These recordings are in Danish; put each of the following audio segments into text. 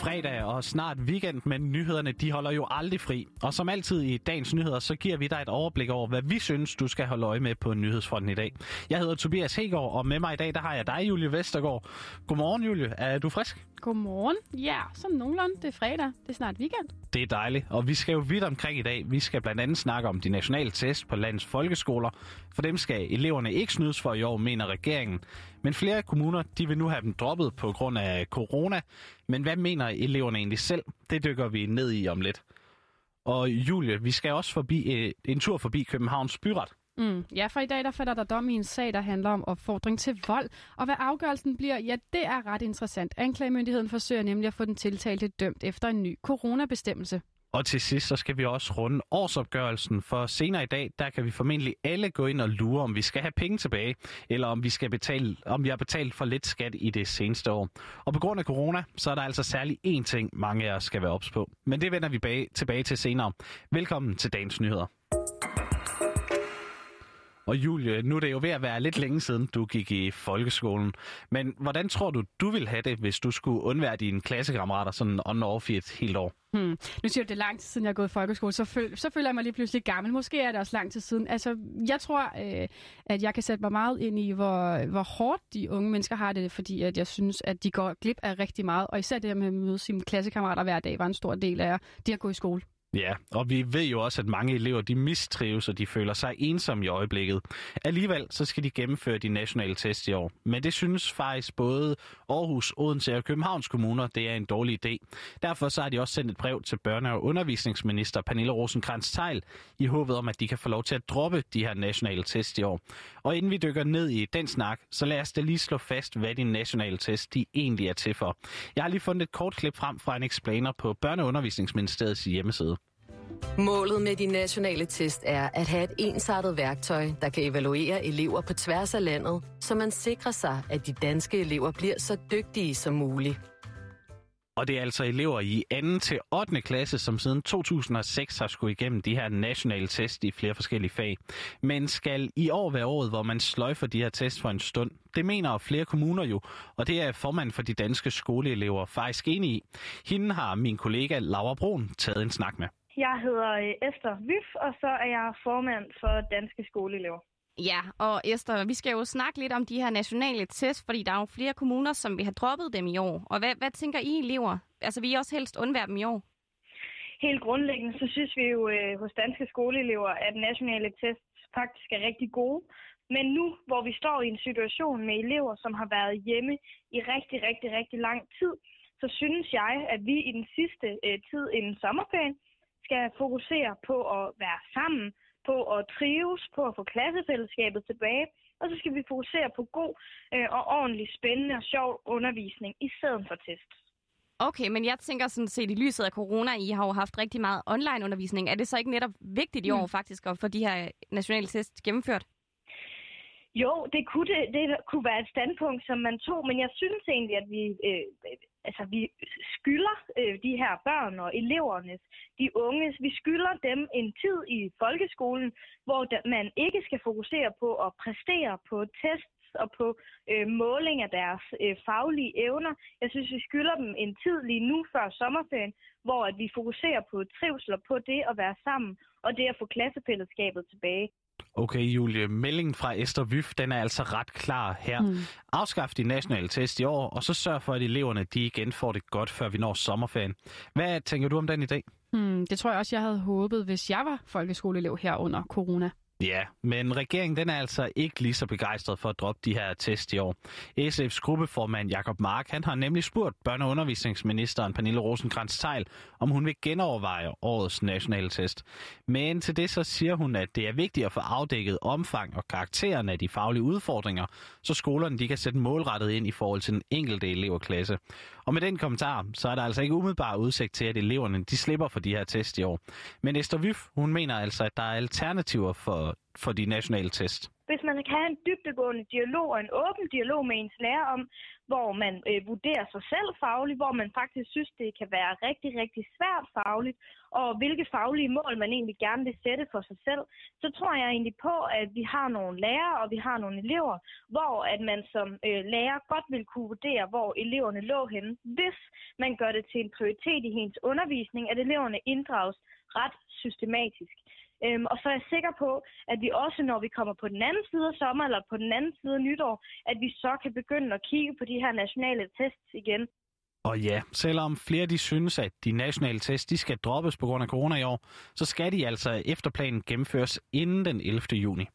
fredag og snart weekend, men nyhederne de holder jo aldrig fri. Og som altid i dagens nyheder, så giver vi dig et overblik over, hvad vi synes, du skal holde øje med på nyhedsfronten i dag. Jeg hedder Tobias Hegård, og med mig i dag, der har jeg dig, Julie Vestergaard. Godmorgen, Julie. Er du frisk? Godmorgen. Ja, sådan nogenlunde. Det er fredag. Det er snart weekend. Det er dejligt, og vi skal jo vidt omkring i dag. Vi skal blandt andet snakke om de nationale test på landets folkeskoler. For dem skal eleverne ikke snydes for i år, mener regeringen. Men flere kommuner, de vil nu have dem droppet på grund af corona. Men hvad mener eleverne egentlig selv? Det dykker vi ned i om lidt. Og Julie, vi skal også en tur forbi Københavns Byret. Ja, for i dag der falder der dom i en sag, der handler om opfordring til vold. Og hvad afgørelsen bliver, ja, det er ret interessant. Anklagemyndigheden forsøger nemlig at få den tiltalte dømt efter en ny coronabestemmelse. Og til sidst, så skal vi også runde årsopgørelsen, for senere i dag, der kan vi formentlig alle gå ind og lure, om vi skal have penge tilbage, eller om vi har betalt for lidt skat i det seneste år. Og på grund af corona, så er der altså særlig én ting, mange af os skal være ops på. Men det vender vi tilbage til senere. Velkommen til dagens nyheder. Og Julie, nu er det jo ved at være lidt længe siden, du gik i folkeskolen. Men hvordan tror du ville have det, hvis du skulle undvære dine klassekammerater sådan on-off i et helt år? Nu siger du, det er lang tid siden, jeg er gået i folkeskole, så føler jeg mig lige pludselig gammel. Måske er det også lang tid siden. Altså, jeg tror, at jeg kan sætte mig meget ind i, hvor hårdt de unge mennesker har det, fordi at jeg synes, at de går glip af rigtig meget. Og især det her med at møde sine klassekammerater hver dag var en stor del af det at gå i skole. Ja, og vi ved jo også, at mange elever de mistrives, og de føler sig ensomme i øjeblikket. Alligevel så skal de gennemføre de nationale test i år. Men det synes faktisk både Aarhus, Odense og Københavns kommuner, det er en dårlig idé. Derfor så har de også sendt et brev til børne- og undervisningsminister Pernille Rosenkrantz-Theil i håbet om, at de kan få lov til at droppe de her nationale test i år. Og inden vi dykker ned i den snak, så lad os da lige slå fast, hvad de nationale test de egentlig er til for. Jeg har lige fundet et kort klip frem fra en explainer på Børne- og Undervisningsministeriets hjemmeside. Målet med de nationale test er at have et ensartet værktøj, der kan evaluere elever på tværs af landet, så man sikrer sig, at de danske elever bliver så dygtige som muligt. Og det er altså elever i 2. til 8. klasse, som siden 2006 har skulle igennem de her nationale test i flere forskellige fag. Men skal i år være året, hvor man sløjfer de her test for en stund? Det mener flere kommuner jo, og det er formand for de danske skoleelever faktisk enig i. Hende har min kollega Laura Brun taget en snak med. Jeg hedder Esther Vyf, og så er jeg formand for Danske Skoleelever. Ja, og Esther, vi skal jo snakke lidt om de her nationale test, fordi der er jo flere kommuner, som vil have droppet dem i år. Og hvad tænker I elever? Altså, vil I også helst undvære dem i år? Helt grundlæggende, så synes vi jo hos Danske Skoleelever, at nationale tests faktisk er rigtig gode. Men nu, hvor vi står i en situation med elever, som har været hjemme i rigtig, rigtig, rigtig lang tid, så synes jeg, at vi i den sidste tid inden sommerferien skal fokusere på at være sammen, på at trives, på at få klassefællesskabet tilbage, og så skal vi fokusere på god og ordentlig spændende og sjov undervisning i stedet for test. Okay, men jeg tænker sådan set i lyset af corona, I har jo haft rigtig meget online undervisning. Er det så ikke netop vigtigt i år faktisk at få de her nationale test gennemført? Jo, det kunne være et standpunkt, som man tog, men jeg synes egentlig, at vi skylder de her børn og eleverne, de unge, vi skylder dem en tid i folkeskolen, hvor man ikke skal fokusere på at præstere på tests og på måling af deres faglige evner. Jeg synes, vi skylder dem en tid lige nu før sommerferien, hvor at vi fokuserer på trivsel og på det at være sammen og det at få klassefællesskabet tilbage. Okay, Julie. Meldingen fra Esther Vyf, den er altså ret klar her. Afskaf de nationale test i år, og så sørg for, at eleverne de igen får det godt, før vi når sommerferien. Hvad tænker du om den i dag? Det tror jeg også, jeg havde håbet, hvis jeg var folkeskoleelev her under corona. Ja, men regeringen den er altså ikke lige så begejstret for at droppe de her test i år. SF's gruppeformand Jacob Mark, han har nemlig spurgt børne- og undervisningsministeren Pernille Rosenkrantz-Theil, om hun vil genoverveje årets nationale test. Men til det så siger hun, at det er vigtigt at få afdækket omfang og karakteren af de faglige udfordringer, så skolerne de kan sætte målrettet ind i forhold til den enkelte eleverklasse. Og med den kommentar, så er der altså ikke umiddelbart udsigt til, at eleverne de slipper for de her test i år. Men Esther Vyf, hun mener altså, at der er alternativer for for de nationale test? Hvis man kan have en dybdegående dialog og en åben dialog med ens lærer om, hvor man vurderer sig selv fagligt, hvor man faktisk synes, det kan være rigtig, rigtig svært fagligt, og hvilke faglige mål man egentlig gerne vil sætte for sig selv, så tror jeg egentlig på, at vi har nogle lærere og vi har nogle elever, hvor at man som lærer godt vil kunne vurdere, hvor eleverne lå henne, hvis man gør det til en prioritet i hendes undervisning, at eleverne inddrages ret systematisk. Og så er jeg sikker på, at vi også, når vi kommer på den anden side af sommer eller på den anden side af nytår, at vi så kan begynde at kigge på de her nationale tests igen. Og ja, selvom flere de synes, at de nationale tests de skal droppes på grund af corona i år, så skal de altså efter planen gennemføres inden den 11. juni.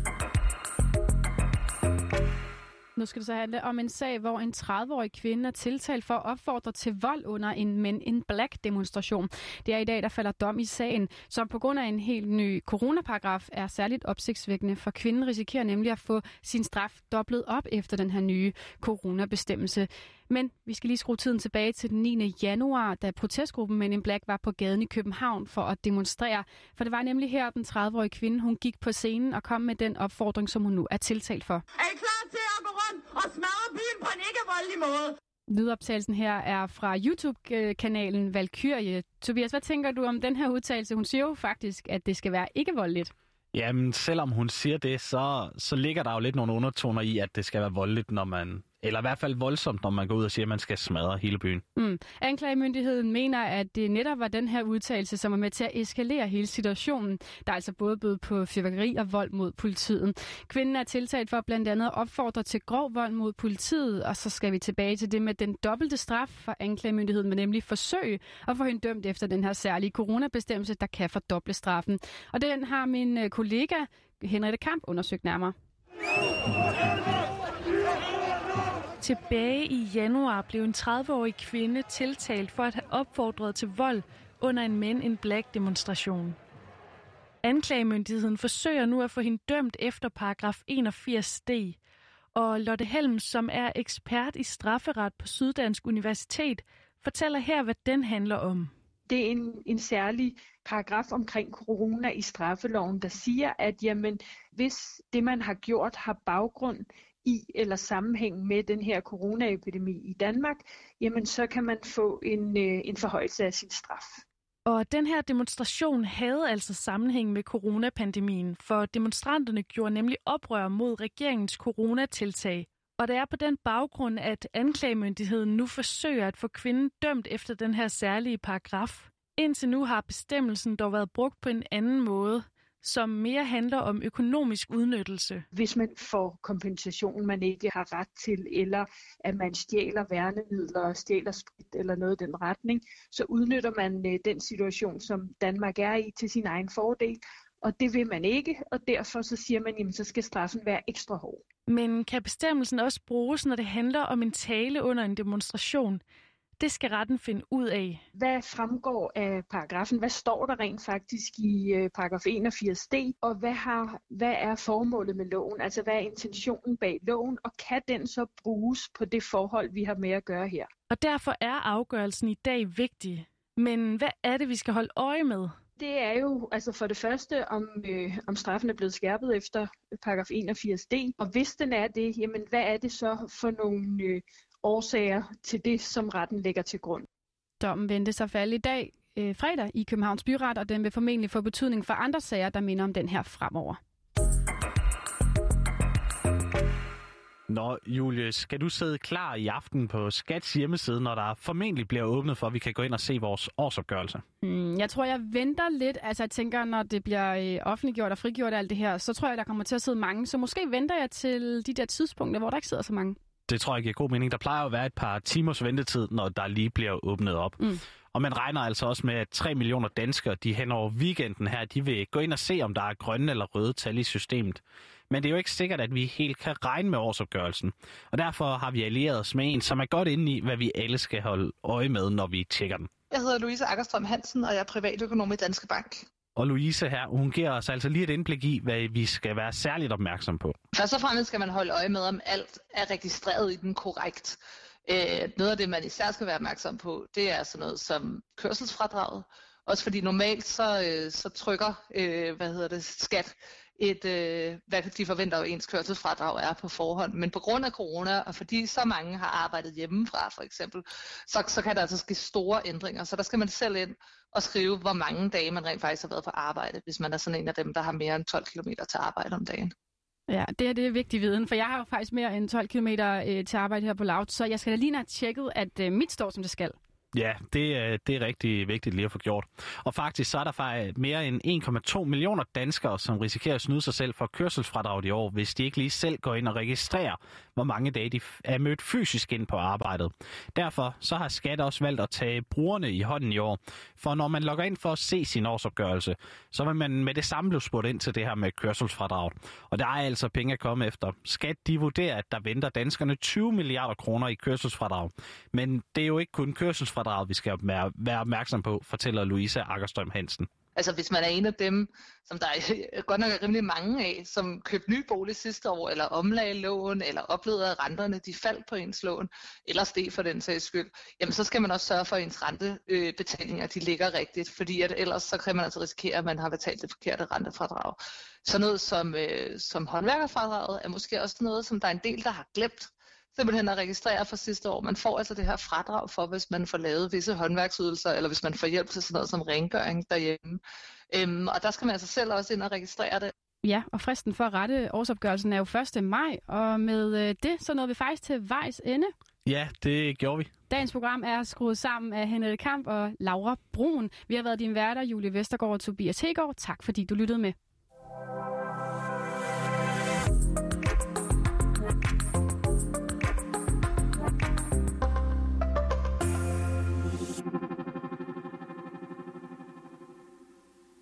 Nu skal det så handle om en sag, hvor en 30-årig kvinde er tiltalt for at opfordre til vold under en Men in Black-demonstration. Det er i dag, der falder dom i sagen, som på grund af en helt ny coronaparagraf er særligt opsigtsvækkende, for kvinden risikerer nemlig at få sin straf dobblet op efter den her nye coronabestemmelse. Men vi skal lige skrue tiden tilbage til den 9. januar, da protestgruppen Men in Black var på gaden i København for at demonstrere. For det var nemlig her, den 30-årige kvinde, hun gik på scenen og kom med den opfordring, som hun nu er tiltalt for. Er I klar til at gå rundt og smadre byen på en ikke-voldelig måde? Lydoptagelsen her er fra YouTube-kanalen Valkyrie. Tobias, hvad tænker du om den her udtalelse? Hun siger jo faktisk, at det skal være ikke-voldeligt. Jamen, selvom hun siger det, så ligger der jo lidt nogle undertoner i, at det skal være voldeligt, når man... Eller i hvert fald voldsomt, når man går ud og siger, at man skal smadre hele byen. Anklagemyndigheden mener, at det netop var den her udtalelse, som er med til at eskalere hele situationen. Der er altså både bød på fyrværkeri og vold mod politiet. Kvinden er tiltalt for blandt andet at opfordre til grov vold mod politiet, og så skal vi tilbage til det med den dobbelte straf, for anklagemyndigheden vil nemlig forsøge at få hende dømt efter den her særlige coronabestemmelse, der kan fordoble straffen. Og den har min kollega Henriette Kamp undersøgt nærmere. Tilbage i januar blev en 30-årig kvinde tiltalt for at have opfordret til vold under en Men in Black-demonstration. Anklagemyndigheden forsøger nu at få hende dømt efter paragraf 81d. Og Lotte Helm, som er ekspert i strafferet på Syddansk Universitet, fortæller her, hvad den handler om. Det er en særlig paragraf omkring corona i straffeloven, der siger, at jamen, hvis det, man har gjort, har baggrund i eller sammenhæng med den her coronaepidemi i Danmark, jamen så kan man få en forhøjelse af sin straf. Og den her demonstration havde altså sammenhæng med coronapandemien, for demonstranterne gjorde nemlig oprør mod regeringens coronatiltag. Og det er på den baggrund, at anklagemyndigheden nu forsøger at få kvinden dømt efter den her særlige paragraf. Indtil nu har bestemmelsen dog været brugt på en anden måde, som mere handler om økonomisk udnyttelse. Hvis man får kompensation, man ikke har ret til, eller at man stjæler værnemidler, stjæler sprit eller noget i den retning, så udnytter man den situation, som Danmark er i, til sin egen fordel. Og det vil man ikke, og derfor så siger man, jamen så skal straffen være ekstra hård. Men kan bestemmelsen også bruges, når det handler om en tale under en demonstration? Det skal retten finde ud af. Hvad fremgår af paragrafen? Hvad står der rent faktisk i paragraf 81d? Og hvad er formålet med loven? Altså hvad er intentionen bag loven? Og kan den så bruges på det forhold, vi har med at gøre her? Og derfor er afgørelsen i dag vigtig. Men hvad er det, vi skal holde øje med? Det er jo altså for det første, om straffen er blevet skærpet efter paragraf 81d. Og hvis den er det, jamen hvad er det så for nogle årsager til det, som retten lægger til grund? Dommen ventes at falde i dag fredag i Københavns Byret, og den vil formentlig få betydning for andre sager, der minder om den her fremover. Nå, Julie, skal du sidde klar i aften på Skats hjemmeside, når der formentlig bliver åbnet for, at vi kan gå ind og se vores årsopgørelse? Jeg tror, jeg venter lidt. Altså, jeg tænker, når det bliver offentliggjort og frigjort alt det her, så tror jeg, der kommer til at sidde mange. Så måske venter jeg til de der tidspunkter, hvor der ikke sidder så mange. Det tror jeg giver god mening. Der plejer jo at være et par timers ventetid, når der lige bliver åbnet op. Og man regner altså også med, at 3 millioner danskere, de hen over weekenden her, de vil gå ind og se, om der er grønne eller røde tal i systemet. Men det er jo ikke sikkert, at vi helt kan regne med årsopgørelsen. Og derfor har vi allieret os med en, som er godt inde i, hvad vi alle skal holde øje med, når vi tjekker den. Jeg hedder Louise Akkerstrøm Hansen, og jeg er privatøkonom i Danske Bank. Og Louise her, hun giver os altså lige et indblik i, hvad vi skal være særligt opmærksom på. Først og fremmest skal man holde øje med, om alt er registreret i den korrekt. Noget af det, man især skal være opmærksom på, det er sådan noget som kørselsfradraget, Også fordi normalt så trykker skat hvad de forventer, at ens kørselsfradrag er på forhånd. Men på grund af corona, og fordi så mange har arbejdet hjemmefra for eksempel, så kan der altså ske store ændringer. Så der skal man selv ind og skrive, hvor mange dage man rent faktisk har været på arbejde, hvis man er sådan en af dem, der har mere end 12 km til arbejde om dagen. Ja, det er vigtig viden, for jeg har jo faktisk mere end 12 km til arbejde her på Loud, så jeg skal da lige have tjekket, at mit står, som det skal. Ja, det er rigtig vigtigt lige at få gjort. Og faktisk så er der faktisk mere end 1,2 millioner danskere, som risikerer at snyde sig selv for kørselsfradraget i år, hvis de ikke lige selv går ind og registrerer, hvor mange dage de er mødt fysisk ind på arbejdet. Derfor så har Skat også valgt at tage brugerne i hånden i år. For når man logger ind for at se sin årsopgørelse, så vil man med det samme blive spurgt ind til det her med kørselsfradraget. Og der er altså penge at komme efter. Skat de vurderer, at der venter danskerne 20 milliarder kroner i kørselsfradrag. Men det er jo ikke kun kørselsfradrag, vi skal være opmærksom på, fortæller Louise Aggerstrøm Hansen. Altså hvis man er en af dem, som der er godt nok rimelig mange af, som købte ny bolig sidste år, eller omlagde lån, eller oplevede, at renterne de faldt på ens lån, eller steg for den sags skyld, jamen så skal man også sørge for, at ens rentebetalinger de ligger rigtigt, fordi at ellers så kan man altså risikere, at man har betalt det forkerte rentefradrag. Så noget som håndværkerfradraget er måske også noget, som der er en del, der har glemt, simpelthen at registrere for sidste år. Man får altså det her fradrag for, hvis man får lavet visse håndværksydelser, eller hvis man får hjælp til sådan noget som rengøring derhjemme. Og der skal man altså selv også ind og registrere det. Ja, og fristen for at rette årsopgørelsen er jo 1. maj, og med det så nåede vi faktisk til vejs ende. Ja, det gjorde vi. Dagens program er skruet sammen af Henriette Kamp og Laura Brun. Vi har været dine værter, Julie Vestergaard og Tobias Hegård. Tak fordi du lyttede med.